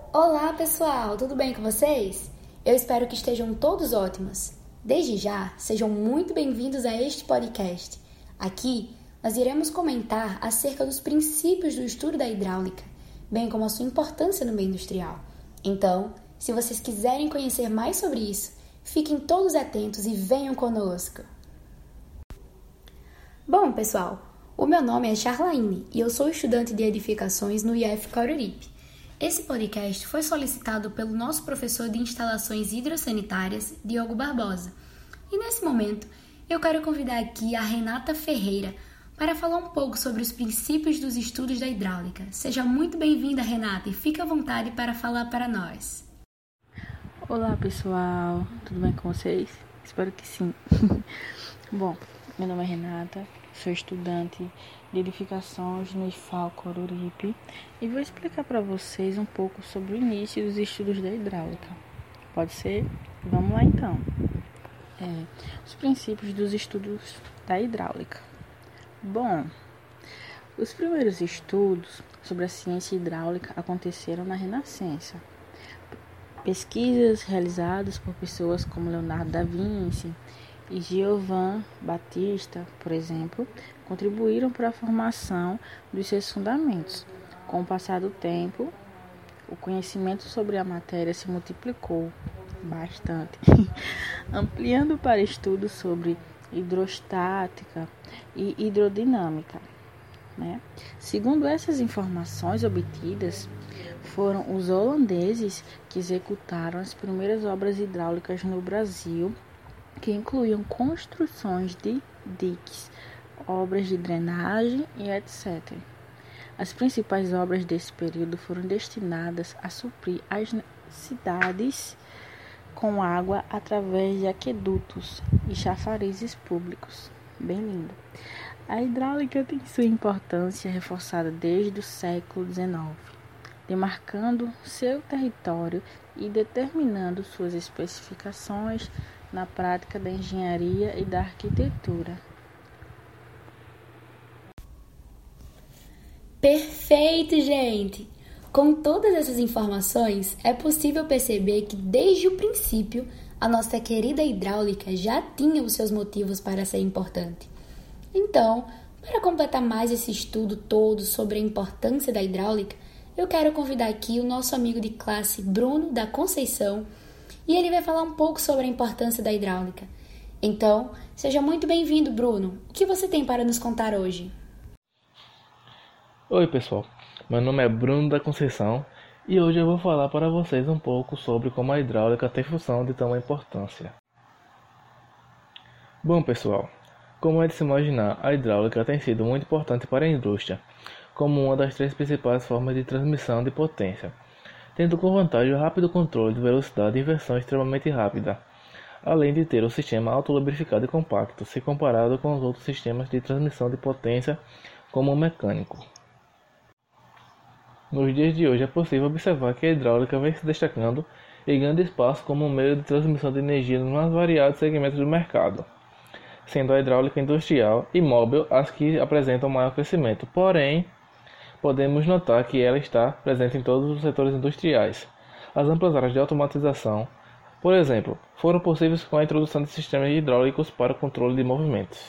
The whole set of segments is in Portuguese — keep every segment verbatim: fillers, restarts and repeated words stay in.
Olá, pessoal! Tudo bem com vocês? Eu espero que estejam todos ótimos. Desde já, sejam muito bem-vindos a este podcast. Aqui, nós iremos comentar acerca dos princípios do estudo da hidráulica, bem como a sua importância no meio industrial. Então, se vocês quiserem conhecer mais sobre isso, fiquem todos atentos e venham conosco! Bom, pessoal, o meu nome é Charlaine e eu sou estudante de edificações no I F Coruripe. Esse podcast foi solicitado pelo nosso professor de instalações hidrossanitárias, Diogo Barbosa. E nesse momento, eu quero convidar aqui a Renata Ferreira para falar um pouco sobre os princípios dos estudos da hidráulica. Seja muito bem-vinda, Renata, e fique à vontade para falar para nós. Olá, pessoal. Tudo bem com vocês? Espero que sim. Bom, meu nome é Renata, sou estudante de edificações no I F A O Coruripe e vou explicar para vocês um pouco sobre o início dos estudos da hidráulica. Pode ser? Vamos lá então. É, os princípios dos estudos da hidráulica. Bom, os primeiros estudos sobre a ciência hidráulica aconteceram na Renascença. Pesquisas realizadas por pessoas como Leonardo da Vinci e Giovan Battista, por exemplo, contribuíram para a formação dos seus fundamentos. Com o passar do tempo, o conhecimento sobre a matéria se multiplicou bastante, ampliando para estudos sobre hidrostática e hidrodinâmica, né? Segundo essas informações obtidas, foram os holandeses que executaram as primeiras obras hidráulicas no Brasil, que incluíam construções de diques, obras de drenagem e etcétera. As principais obras desse período foram destinadas a suprir as cidades com água através de aquedutos e chafarizes públicos. Bem lindo. A hidráulica tem sua importância reforçada desde o século dezenove, demarcando seu território e determinando suas especificações na prática da engenharia e da arquitetura. Perfeito, gente! Com todas essas informações, é possível perceber que desde o princípio, a nossa querida hidráulica já tinha os seus motivos para ser importante. Então, para completar mais esse estudo todo sobre a importância da hidráulica, eu quero convidar aqui o nosso amigo de classe, Bruno da Conceição, e ele vai falar um pouco sobre a importância da hidráulica. Então, seja muito bem-vindo, Bruno. O que você tem para nos contar hoje? Oi, pessoal. Meu nome é Bruno da Conceição e hoje eu vou falar para vocês um pouco sobre como a hidráulica tem função de tanta importância. Bom, pessoal, como é de se imaginar, a hidráulica tem sido muito importante para a indústria, como uma das três principais formas de transmissão de potência, tendo como vantagem o rápido controle de velocidade e inversão extremamente rápida, além de ter um sistema autolubrificado e compacto, se comparado com os outros sistemas de transmissão de potência, como o mecânico. Nos dias de hoje é possível observar que a hidráulica vem se destacando e ganhando espaço como um meio de transmissão de energia nos mais variados segmentos do mercado, sendo a hidráulica industrial e móvel as que apresentam maior crescimento, porém, podemos notar que ela está presente em todos os setores industriais. As amplas áreas de automatização, por exemplo, foram possíveis com a introdução de sistemas hidráulicos para o controle de movimentos.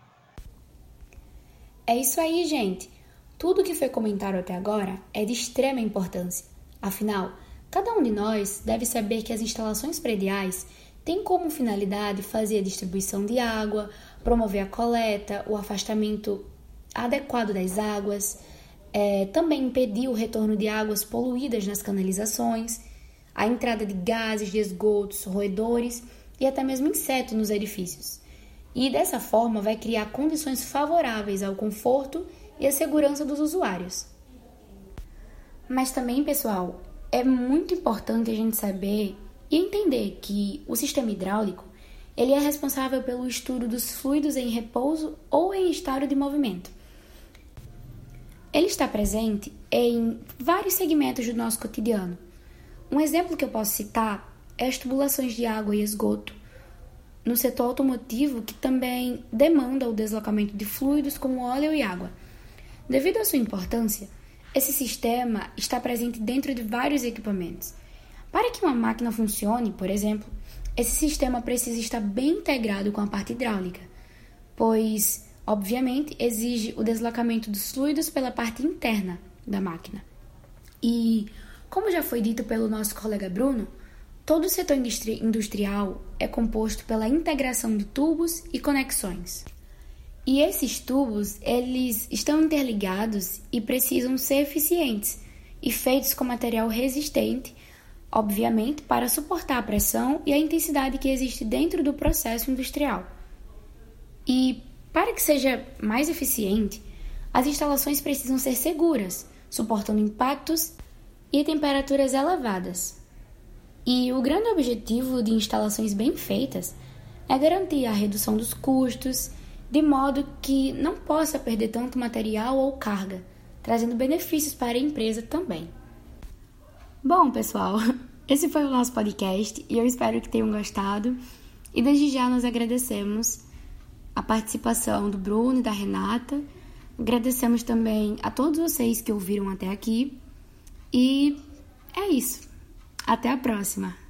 É isso aí, gente! Tudo que foi comentado até agora é de extrema importância. Afinal, cada um de nós deve saber que as instalações prediais têm como finalidade fazer a distribuição de água, promover a coleta, o afastamento adequado das águas, É, também impedir o retorno de águas poluídas nas canalizações, a entrada de gases de esgotos, roedores e até mesmo insetos nos edifícios. E dessa forma vai criar condições favoráveis ao conforto e à segurança dos usuários. Mas também, pessoal, é muito importante a gente saber e entender que o sistema hidráulico ele é responsável pelo estudo dos fluidos em repouso ou em estado de movimento. Ele está presente em vários segmentos do nosso cotidiano. Um exemplo que eu posso citar é as tubulações de água e esgoto, no setor automotivo, que também demanda o deslocamento de fluidos como óleo e água. Devido à sua importância, esse sistema está presente dentro de vários equipamentos. Para que uma máquina funcione, por exemplo, esse sistema precisa estar bem integrado com a parte hidráulica, pois, obviamente, exige o deslocamento dos fluidos pela parte interna da máquina. E, como já foi dito pelo nosso colega Bruno, todo o setor industri- industrial é composto pela integração de tubos e conexões. E esses tubos, eles estão interligados e precisam ser eficientes e feitos com material resistente, obviamente, para suportar a pressão e a intensidade que existe dentro do processo industrial. E, para que seja mais eficiente, as instalações precisam ser seguras, suportando impactos e temperaturas elevadas. E o grande objetivo de instalações bem feitas é garantir a redução dos custos, de modo que não possa perder tanto material ou carga, trazendo benefícios para a empresa também. Bom, pessoal, esse foi o nosso podcast e eu espero que tenham gostado. E desde já nós agradecemos a participação do Bruno e da Renata. Agradecemos também a todos vocês que ouviram até aqui. E é isso. Até a próxima!